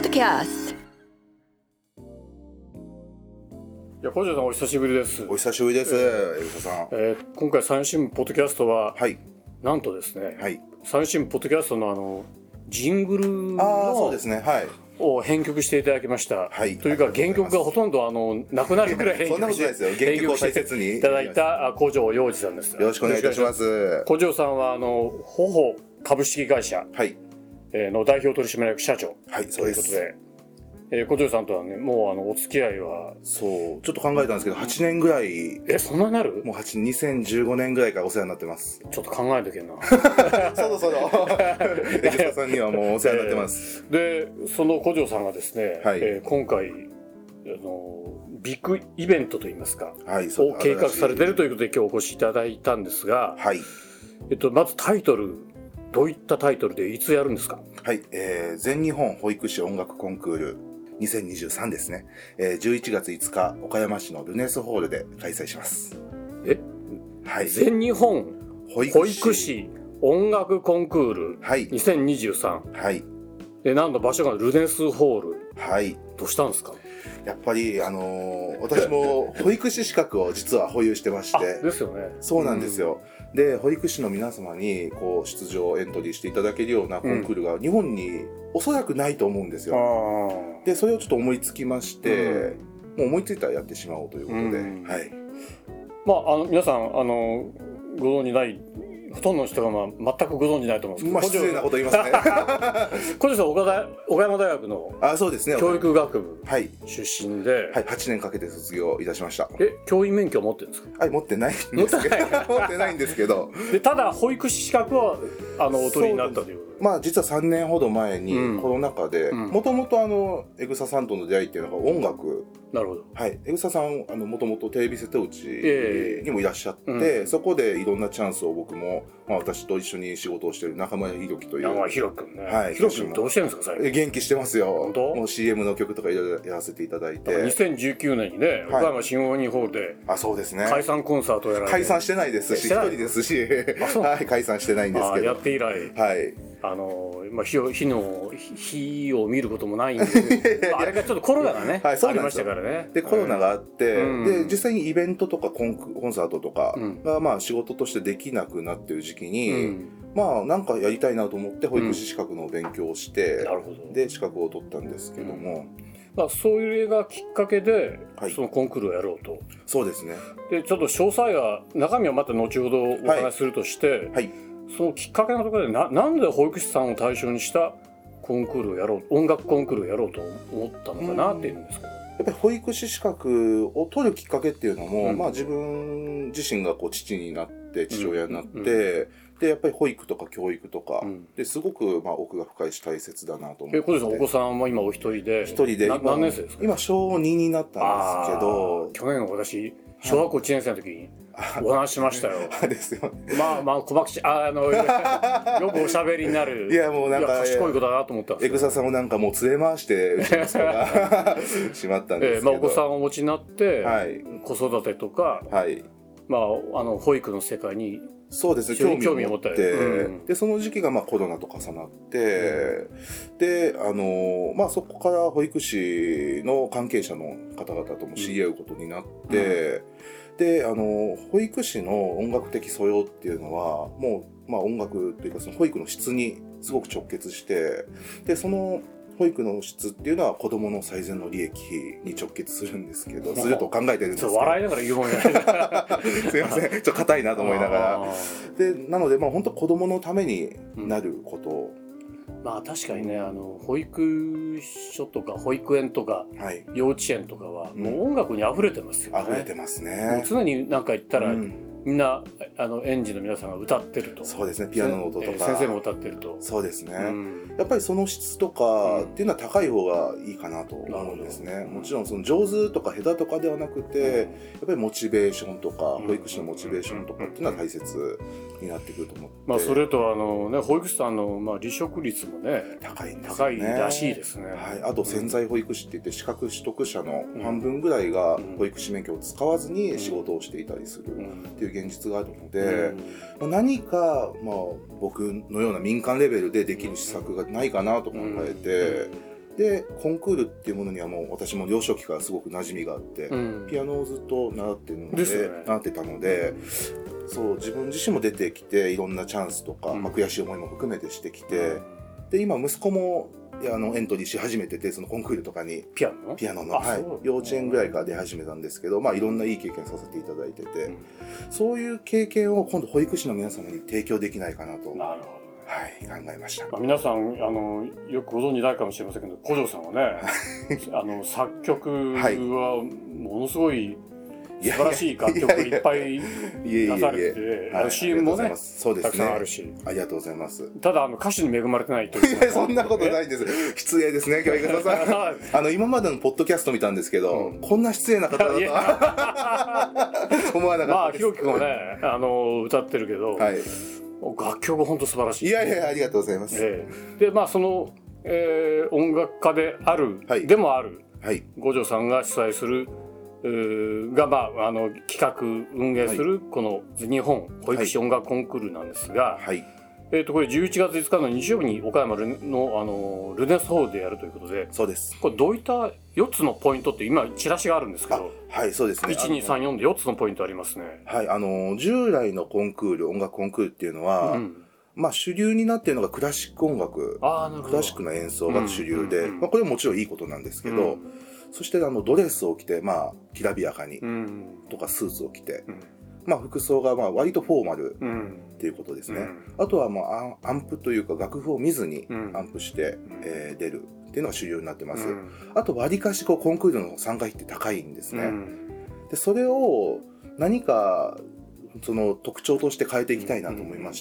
Podcast。 いや、小城さんお久しぶりです。 お久しぶりです、江口さん。 今回三振ポッドキャストは、 はい、 なんとですね、 はい、 三振ポッドキャストのジングルそうですね、はい、 を編曲していただきました。 はい、 というか原曲がほとんどなくなるくらい編曲していただいた小城洋二さんです。 よろしくお願いいたします。 小城さんはホホ株式会社、 はい、 の代表取締役社長、 はい、そうです。 ということで。小城さんとはね、もうお付き合いはそうちょっと考えたんですけど8年ぐらい。 そんなになる？ もう2015年ぐらいからお世話になってます。 ちょっと考えとけんなそろそろ江口さんにはもうお世話になってます、 でその小城さんがですね、 はい、 今回ビッグイベントといいますか、 はい、 を計画されているということで今日お越しいただいたんですが、 はい、 まずタイトル、どういったタイトルでいつやるんですか？ はい、全日本保育士音楽コンクール2023ですね、11月5日岡山市のルネスホールで開催します。はい、 全日本保育士音楽コンクール2023、 はい、 でなんと場所がルネスホール、 はい、 どうしたんですか？ やっぱり私も保育士資格を実は保有してましてですよね。 そうなんですよ、で保育士の皆様にこう出場エントリーしていただけるようなコンクールが日本におそらくないと思うんですよ、でそれをちょっと思いつきまして、もう思いついたらやってしまおうということで、はい、 皆さんご存じない、ほとんどの人が全くご存じないと思うんですけど、 失礼なこと言いますね小城さん岡山大学のそうですね、 教育学部はい出身で、 はい、8年かけて卒業いたしました。 教員免許を持ってるんですか？ はい、持ってないんですけど持ってないんですけどでただ保育士資格はお取りになったという。 実は3年ほど前にコロナ禍でもともと江草さんとの出会いっていうのが音楽。 なるほど。 はい、江草さんもともとテレビ瀬戸内にもいらっしゃって、そこでいろんなチャンスを僕も、私と一緒に仕事をしている中村弘樹という。 弘樹君ね。 はい、 弘樹君どうしてるんですか最近？ 元気してますよ。 本当？ もう CM の曲とかいろいろやらせていただいて。 2019年にね、岡山シンフォニーホールでそうですね、 解散コンサートをやられて。 解散してないですし、一人ですし、はい、解散してないんですけど。 やって以来。 はい。 火を見ることもないんであれがちょっとコロナがね、ありましたからね。 でコロナがあって、で実際にイベントとかコンサートとかが仕事としてできなくなってる時期に、なんかやりたいなと思って保育士資格の勉強をして、で資格を取ったんですけども、 そういうがきっかけで、そのコンクールをやろうと。 そうですね。でちょっと詳細は中身はまた後ほどお話しするとして、そのきっかけのところでなんで保育士さんを対象にしたコンクールをやろう、音楽コンクールをやろうと思ったのかなっていうんですけど、 やっぱり保育士資格を取るきっかけっていうのも、自分自身が父になって父親になって、でやっぱり保育とか教育とか、ですごく奥が深いし大切だなと思って。 お子さんは今お一人で何年生ですか？ 今小2になったんですけど、 去年私小学校1年生の時にお話しましたよ。 ですよね。 小口よくおしゃべりになる。 いやもうなんか賢い子だなと思ったんです。 江草さんをなんかもう連れ回してうちの息子がしまったんですけど、 お子さんをお持ちになって、子育てとか、保育の世界にそうですね、興味を持って、でその時期がコロナと重なって、でそこから保育士の関係者の方々とも知り合うことになって、で保育士の音楽的素養っていうのはもう、音楽というかその保育の質にすごく直結して、でその保育の質っていうのは子どもの最善の利益に直結するんですけど、すると考えてるんですけど、 笑いながら言うもんじゃないすいません、ちょっと硬いなと思いながら、でなので本当子どものためになることを、 確かにね、保育所とか保育園とか、幼稚園とかはもう音楽に溢れてますよね。 溢れてますね。 常に何か言ったら、みんな園児の皆さんが歌ってると。 そうですね、ピアノの音とか先生も歌ってると。 そうですね、やっぱりその質とかっていうのは高い方がいいかなと思うんですね。もちろんその上手とか下手とかではなくて、やっぱりモチベーションとか保育士のモチベーションとかっていうのは大切になってくると思って、 それと保育士さんの離職率もね高いんですよね。 高いらしいですね。 あと潜在保育士って言って資格取得者の半分ぐらいが保育士免許を使わずに仕事をしていたりするっていう現実があるので、何か僕のような民間レベルでできる施策がないかなと考えて、 でコンクールっていうものにはもう私も幼少期からすごく馴染みがあって、ピアノをずっと習ってるので、習ってたので、そう自分自身も出てきていろんなチャンスとか、悔しい思いも含めてしてきて、で今息子もエントリーし始めてて、そのコンクールとかにピアノの、幼稚園ぐらいから出始めたんですけど、いろんないい経験させていただいてて、そういう経験を今度保育士の皆様に提供できないかなと。なるほど。考えました。 皆さんよくご存じないかもしれませんけど、古城さんはね作曲はものすごい素晴らしい楽曲いっぱい出されてて、CM もねたくさんあるし、 ありがとうございます。 ただ歌手に恵まれてないという。 そんなことないです。失礼ですね、教育さん。今までのポッドキャスト見たんですけど、こんな失礼な方だとは思わなかったです。 ひろきくんもね歌ってるけど、楽曲本当素晴らしい。 いやありがとうございます。 でその音楽家であるでもある五条さんが主催するが企画運営するこの日本保育士音楽コンクールなんですが、これ11月5日の日曜日に岡山のルネスホールでやるということで、 そうです。 これどういった4つのポイントって今チラシがあるんですけど、 そうですね。 1234で4つのポイントありますね。 従来のコンクール、音楽コンクールっていうのは、主流になっているのがクラシック音楽、クラシックの演奏が主流で、これはもちろんいいことなんですけど、そしてドレスを着てきらびやかにとかスーツを着て、服装が割とフォーマルっていうことですね。あとはアンプというか楽譜を見ずにアンプして出るっていうのが主流になってます。あと割かしコンクールの参加費って高いんですね。でそれを何かその特徴として変えていきたいなと思いまして、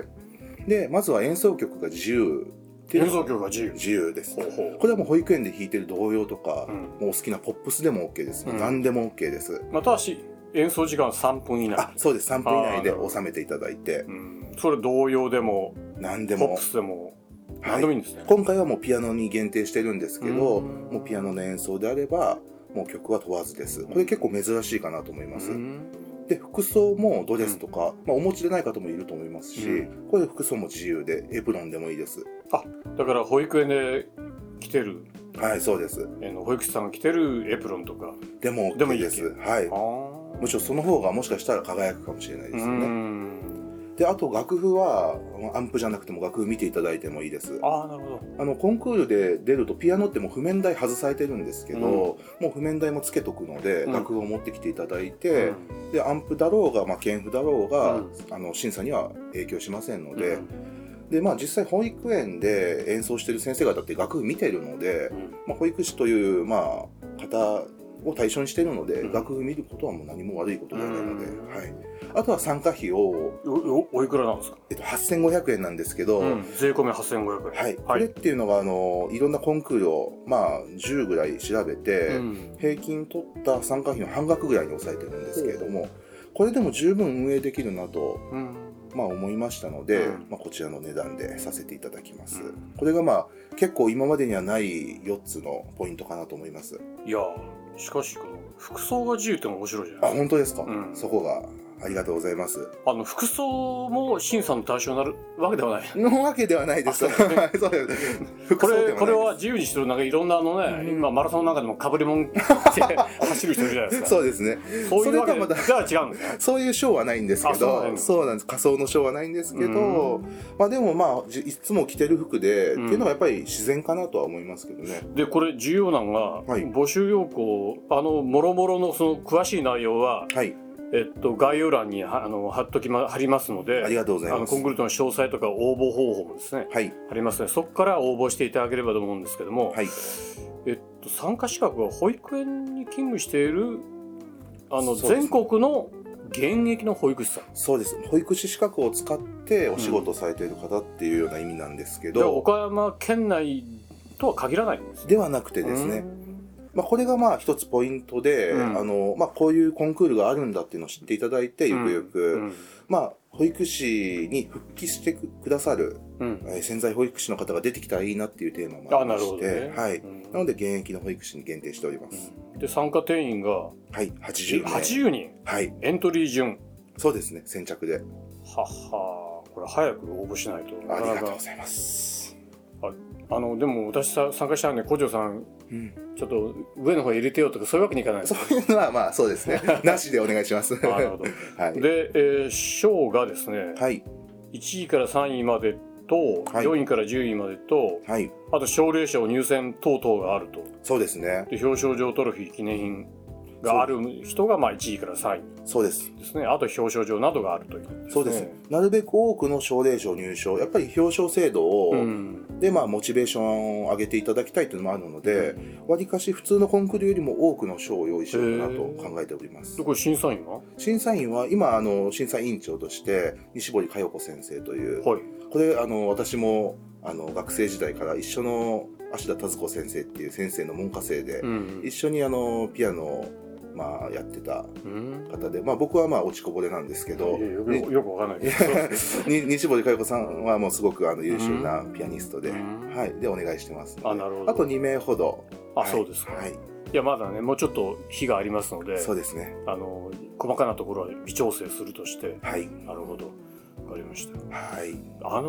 でまずは演奏曲が自由。 演奏曲が自由です。これはもう保育園で弾いてる童謡とか、もうお好きなポップスでも OK です。何でも OK です。 ただし演奏時間は3分以内。 そうです。3分以内で収めていただいて、 それ童謡でも何でもポップスでも何でもいいんですね。 今回はもうピアノに限定してるんですけど、もうピアノの演奏であればもう曲は問わずです。これ結構珍しいかなと思います。で服装もドレスとか、お持ちでない方もいると思いますし、これ服装も自由でエプロンでもいいです。 だから保育園で着てる、 そうです。 保育士さんが着てるエプロンとかでも OK です。むしろその方がもしかしたら輝くかもしれないですよね。であと楽譜はアンプじゃなくても楽譜見ていただいてもいいです。 なるほど。 コンクールで出るとピアノってもう譜面台外されてるんですけど、もう譜面台もつけとくので、楽譜を持ってきていただいて、でアンプだろうが鍵譜だろうが、審査には影響しませんので、で実際保育園で演奏してる先生方って楽譜見てるので、保育士という方を対象にしているので、楽譜見ることはもう何も悪いことではないので、あとは参加費をおいくらなんですか ？8500円なんですけど、 税込み8500円。 これっていうのがいろんなコンクールを10ぐらい調べて、平均取った参加費の半額ぐらいに抑えてるんですけれども、これでも十分運営できるなと思いましたので、こちらの値段でさせていただきます。これが結構今までにはない4つのポイントかなと思います。 いやしかし服装が自由って面白いじゃないですか。 本当ですか？そこがありがとうございます。 服装も審査の対象になるわけではない。 のわけではないです。 これは自由にしてるいろんな今マラソンの中でもかぶりもん着て走る人いるじゃないですか。 そうですね。 そういうわけでじゃあ違うんですね。 そういうショーはないんですけど、そうなんです。仮装のショーはないんですけど、でもいつも着てる服でっていうのがやっぱり自然かなとは思いますけどね。 でこれ重要なのが募集要項もろもろのその詳しい内容は。概要欄に貼りますので、 ありがとうございます。 コンクールの詳細とか応募方法もですね、貼りますので、そこから応募していただければと思うんですけども、参加資格は保育園に勤務している全国の現役の保育士さん。 そうです。保育士資格を使ってお仕事されている方っていうような意味なんですけど、 岡山県内とは限らないんです。 ではなくてですね。これが一つポイントで、こういうコンクールがあるんだっていうのを知っていただいて、ゆくゆく、保育士に復帰してくださる、潜在保育士の方が出てきたらいいなっていうテーマもありまして、なので現役の保育士に限定しております。 で参加定員が80人、エントリー順。 そうですね、先着で。 これ早く応募しないと。 ありがとうございます。 でも私参加したんで、古城さん、ちょっと上の方入れてよとかそういうわけにいかないですか？ そういうのはまあそうですね。なしでお願いします。 なるほど。はい、で、賞がですね、はい、1位から3位までと、はい、4位から10位までと、はい、あと奨励賞入選等々があると。 そうですね。 で表彰状トロフィー記念品がある人がまあ1位から3位。 そうです。 ですね。あと表彰状などがあるという、ね。 そうです。なるべく多くの奨励賞入賞、やっぱり表彰制度を、でまあモチベーションを上げていただきたいというのもあるので、わりかし普通のコンクールよりも多くの賞を用意しようかなと考えております。 これ審査員は？ 審査員は今審査委員長として西堀佳代子先生という、はい、これ私も学生時代から一緒の芦田達子先生っていう先生の門下生で、一緒にピアノをまあやってた方で、まあ僕はまあ落ちこぼれなんですけど、 よくわかんないです西堀佳代子さんはもうすごく優秀なピアニストで、はい、でお願いしてますので、あと2名ほど。 そうですか。はい。いやまだね、もうちょっと日がありますので、 そうですね。 細かなところは微調整するとして、 はい。 なるほど、わかりました。 はい。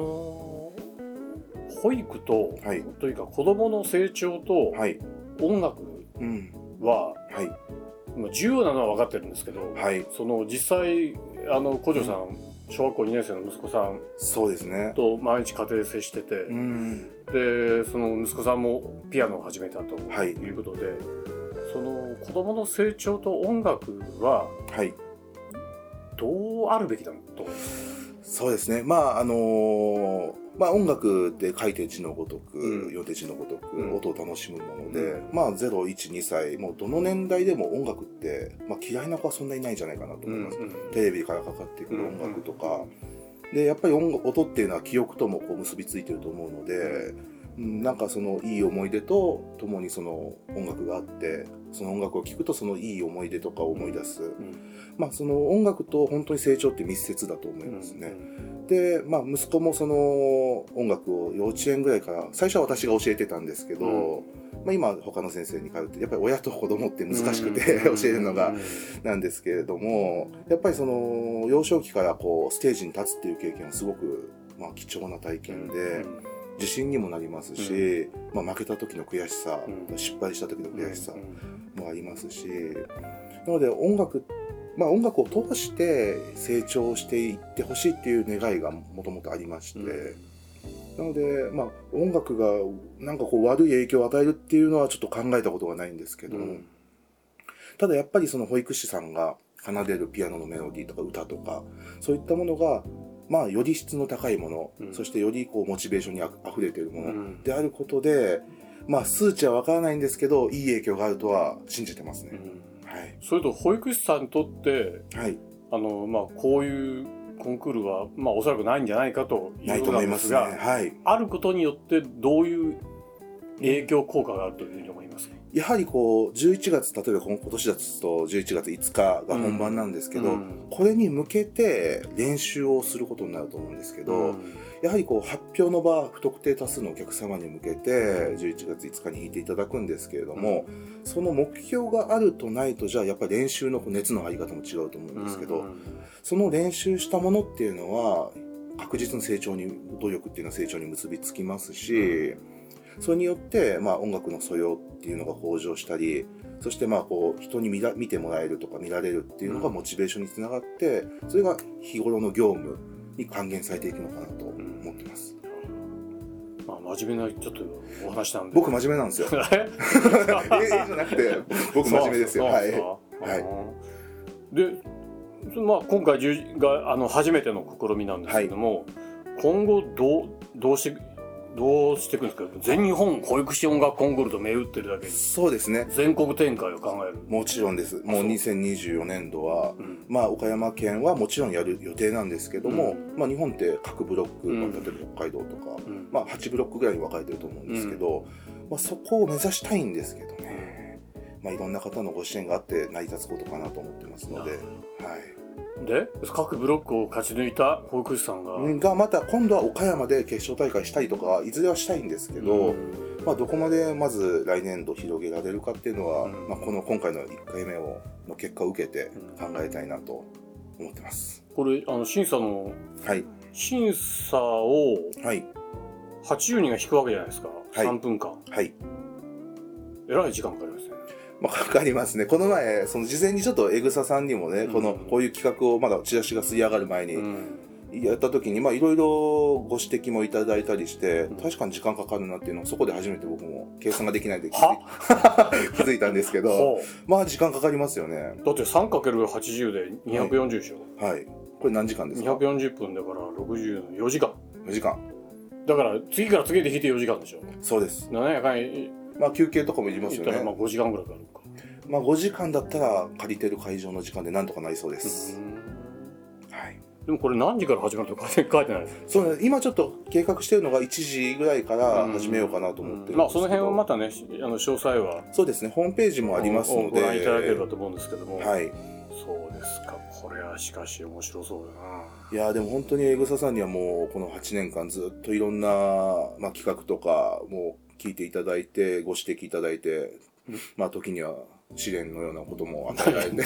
保育と、はい、というか子供の成長と、はい、音楽は、はい、重要なのは分かってるんですけど、はい、その実際古城さん、小学校2年生の息子さんそうですねと毎日家庭で接してて、でその息子さんもピアノを始めたということで、その子供の成長と音楽は、はい、どうあるべきだと思いますか？ そうですね。まあまあ音楽で書いて字のごとく、読んで字のごとく、音を楽しむもので、まあ0、1、2歳、もうどの年代でも音楽って、まあ嫌いな子はそんなにいないんじゃないかなと思います。テレビからかかってくる音楽とか。で、やっぱり音っていうのは記憶ともこう結びついてると思うので、なんかそのいい思い出と共にその音楽があって、その音楽を聴くとそのいい思い出とかを思い出す。まあその音楽と本当に成長って密接だと思いますね。で、まあ息子もその音楽を幼稚園ぐらいから、最初は私が教えてたんですけど、まあ今他の先生に通って、やっぱり親と子供って難しくて教えるのがなんですけれども、やっぱりその幼少期からこうステージに立つっていう経験はすごくまあ貴重な体験で、自信にもなりますし、まあ負けた時の悔しさ、失敗した時の悔しさもありますし、なので音楽を通して成長していってほしいっていう願いがもともとありまして、なので、まあ音楽がなんかこう悪い影響を与えるっていうのはちょっと考えたことがないんですけど、ただやっぱりその保育士さんが奏でるピアノのメロディーとか歌とか、そういったものがまあより質の高いもの、そしてよりこうモチベーションにあふれているものであることで、まあ数値はわからないんですけど、いい影響があるとは信じてますね。はい、 それと保育士さんにとって、はい、まあこういうコンクールはまあおそらくないんじゃないかということなんですが、はい、あることによってどういう影響効果があるというふうに思いますか？ やはりこう11月、例えば今年だと11月5日が本番なんですけど、これに向けて練習をすることになると思うんですけど、やはりこう発表の場、不特定多数のお客様に向けて11月5日に弾いていただくんですけれども、その目標があるとないと、じゃあやっぱり練習の熱の入り方も違うと思うんですけど、その練習したものっていうのは確実に成長に、努力っていうのは成長に結びつきますし、それによって、まあ、音楽の素養っていうのが向上したり、そしてまあこう人に見てもらえるとか見られるっていうのがモチベーションにつながって、それが日頃の業務に還元されていくのかなと思ってます。 まあ、真面目なちょっとお話なんで。 僕真面目なんですよ。じゃなくて僕真面目ですよ。はい。はい。 で、まあ今回が初めての試みなんですけども、今後どうしていくんですか？全日本保育士音楽コンクールと銘打ってるだけで。 そうですね。 全国展開を考える。 もちろんです。もう2024年度は、まあ岡山県はもちろんやる予定なんですけども、まあ日本って各ブロック、例えば北海道とか、まあ8ブロックぐらいに分かれてると思うんですけど、まあそこを目指したいんですけどね。まあいろんな方のご支援があって成り立つことかなと思ってますので、はい。 で各ブロックを勝ち抜いた保育士さんがまた今度は岡山で決勝大会したりとかいずれはしたいんですけど、まあどこまでまず来年度広げられるかっていうのは、まあ今回の1回目の結果を受けて考えたいなと思ってます。 これ審査の、審査を80人が引くわけじゃないですか。 3分間、 はい、 えらい時間かかりますね。 かかりますね。この前その事前にちょっとエグサさんにもね、こういう企画をまだチラシが吸い上がる前にやった時にいろいろご指摘もいただいたりして、確かに時間かかるなっていうのをそこで初めて僕も計算ができないで気づいたんですけど時間かかりますよね。 だって 3×80 で240でしょ。 はい、これ何時間ですか ？240分だから60の4時間。 4時間だから次から次で引いて4時間でしょ。 そうです。 7やかん休憩とかもいりますよね。 5時間ぐらいかかるか。 5時間だったら借りてる会場の時間でなんとかなりそうです。 はい。でもこれ何時から始まるとか書いてないです。 そうね。今ちょっと計画してるのが1時ぐらいから始めようかなと思ってるんですけど。 その辺はまたね、詳細はそうですね。ホームページもありますのでご覧いただければと思うんですけども。 はい。 そうですか。これはしかし面白そうだな。 いやでも本当にエグサさんにはもうこの8年間ずっといろんな企画とかも聞いていただいてご指摘いただいて、時には試練のようなことも与えられて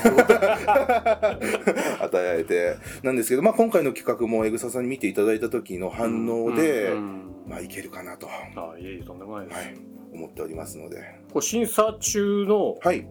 与えられてなんですけど、今回の企画もエグサさんに見ていただいた時の反応でいけるかなととんでもないです、 思っておりますので、 これ審査中のはい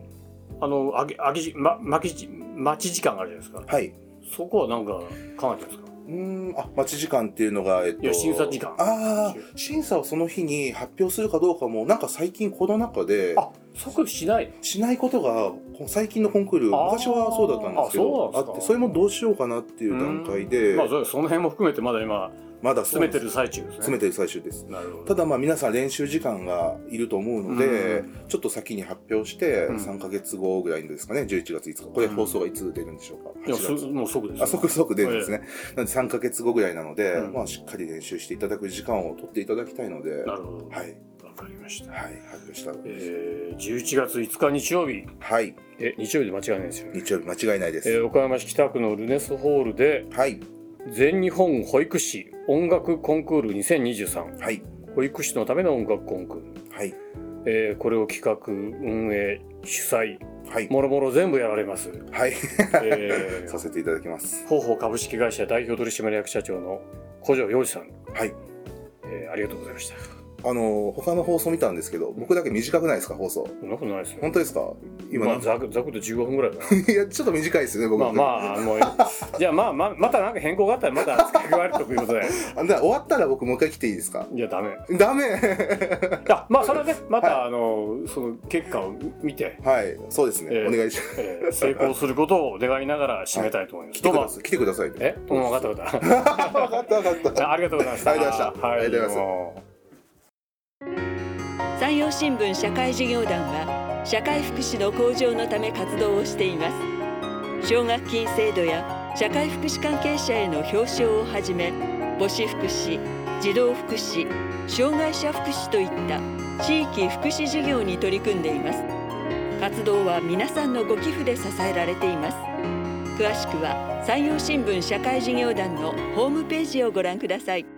待ち時間があるじゃないですか。 はい。 そこはなんか考えてるんですか？ 待ち時間っていうのが、 いや審査時間。 審査をその日に発表するかどうかも最近コロナ禍で即しないことが最近のコンクール昔はそうだったんですけどあって、それもどうしようかなっていう段階で、 その辺も含めてまだ詰めてる最中ですね。 詰めてる最中です。 なるほど。 ただ皆さん練習時間がいると思うので、ちょっと先に発表して3ヶ月後ぐらいですかね、11月5日。これ放送がいつ出るんでしょうか？ いやもう即です。 即出るんですね。なので3ヶ月後ぐらいなので、しっかり練習していただく時間を取っていただきたいので。 なるほど。 はい。 わかりました。 はい、発表した。 11月5日日曜日。 はい。 日曜日で間違いないですよね。 日曜日間違いないです。 岡山市北区のルネスホールで。 はい。 全日本保育士音楽コンクール2023、 はい、 保育士のための音楽コンクール、 はい、 これを企画運営主催、 はい、 もろもろ全部やられます、 はいさせていただきます。 方法株式会社代表取締役社長の小城洋二さん、 はい、 ありがとうございました。 他の放送見たんですけど、僕だけ短くないですか、放送？ そんなことないですよ。 本当ですか？ 今ざくで15分ぐらいかな。 いやちょっと短いですね、僕。 もうじゃあまたなんか変更があったらまた付け加えるということで。 終わったら僕もう一回来ていいですか？ いやダメ。 いやそれでまたその結果を見て、 はいそうですね、お願いします。成功することを願いながら締めたいと思います。 来てくださいね。 分かった。 分かった。 ありがとうございました。 ありがとうございます。 山陽新聞社会事業団は社会福祉の向上のため活動をしています。奨学金制度や社会福祉関係者への表彰をはじめ、母子福祉、児童福祉、障害者福祉といった地域福祉事業に取り組んでいます。活動は皆さんのご寄付で支えられています。詳しくは山陽新聞社会事業団のホームページをご覧ください。